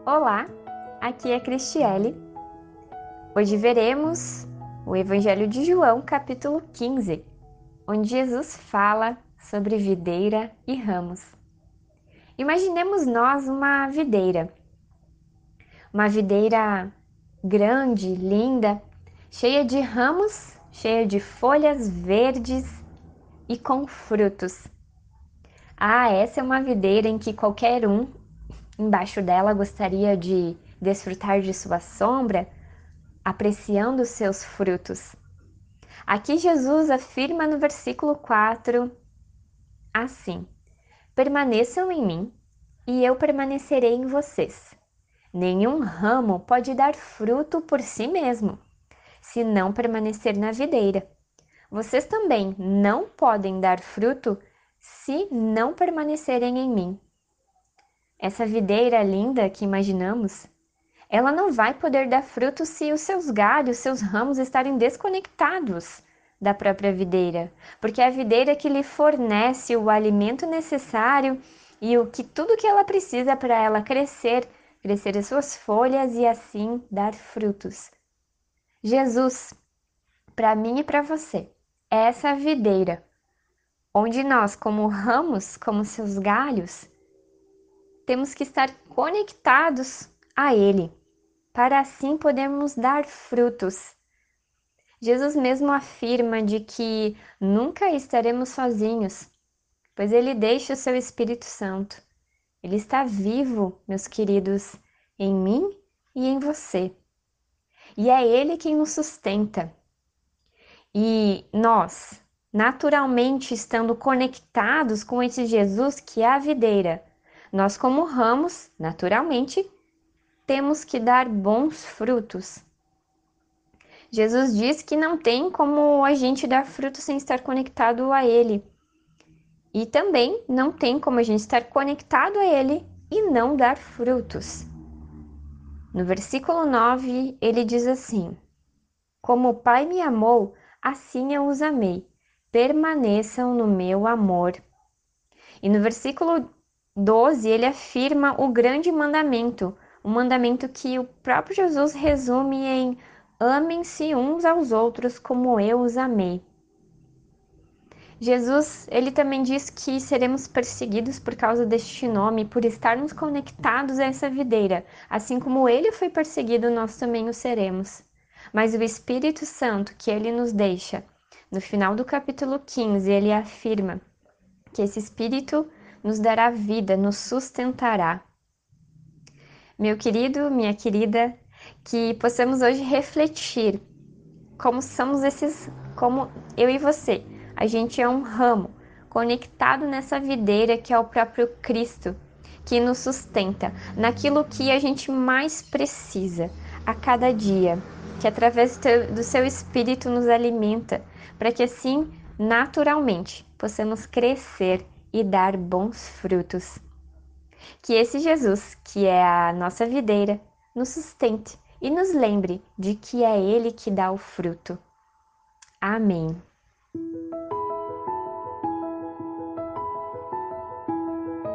Olá, aqui é Cristiele. Hoje veremos o Evangelho de João, capítulo 15, onde Jesus fala sobre videira e ramos. Imaginemos nós uma videira grande, linda, cheia de ramos, cheia de folhas verdes e com frutos. Essa é uma videira em que qualquer um embaixo dela gostaria de desfrutar de sua sombra, apreciando os seus frutos. Aqui Jesus afirma no versículo 4, assim: permaneçam em mim e eu permanecerei em vocês. Nenhum ramo pode dar fruto por si mesmo, se não permanecer na videira. Vocês também não podem dar fruto se não permanecerem em mim. Essa videira linda que imaginamos, ela não vai poder dar fruto se os seus galhos, seus ramos estarem desconectados da própria videira, porque é a videira que lhe fornece o alimento necessário e tudo que ela precisa para ela crescer as suas folhas e assim dar frutos. Jesus, para mim e para você, é essa videira, onde nós, como ramos, como seus galhos, temos que estar conectados a Ele, para assim podermos dar frutos. Jesus mesmo afirma de que nunca estaremos sozinhos, pois Ele deixa o seu Espírito Santo. Ele está vivo, meus queridos, em mim e em você. E é Ele quem nos sustenta. E nós, naturalmente estando conectados com esse Jesus que é a videira, nós como ramos, naturalmente, temos que dar bons frutos. Jesus diz que não tem como a gente dar fruto sem estar conectado a Ele. E também não tem como a gente estar conectado a Ele e não dar frutos. No versículo 9, ele diz assim: como o Pai me amou, assim eu os amei. Permaneçam no meu amor. E no versículo 12, ele afirma o grande mandamento, um mandamento que o próprio Jesus resume em: amem-se uns aos outros como eu os amei. Jesus, ele também diz que seremos perseguidos por causa deste nome, por estarmos conectados a essa videira. Assim como ele foi perseguido, nós também o seremos. Mas o Espírito Santo que ele nos deixa, no final do capítulo 15, ele afirma que esse Espírito nos dará vida, nos sustentará. Meu querido, minha querida, que possamos hoje refletir como como eu e você. A gente é um ramo conectado nessa videira que é o próprio Cristo, que nos sustenta naquilo que a gente mais precisa a cada dia, que através do seu Espírito nos alimenta, para que assim, naturalmente, possamos crescer e dar bons frutos. Que esse Jesus, que é a nossa videira, nos sustente e nos lembre de que é Ele que dá o fruto. Amém.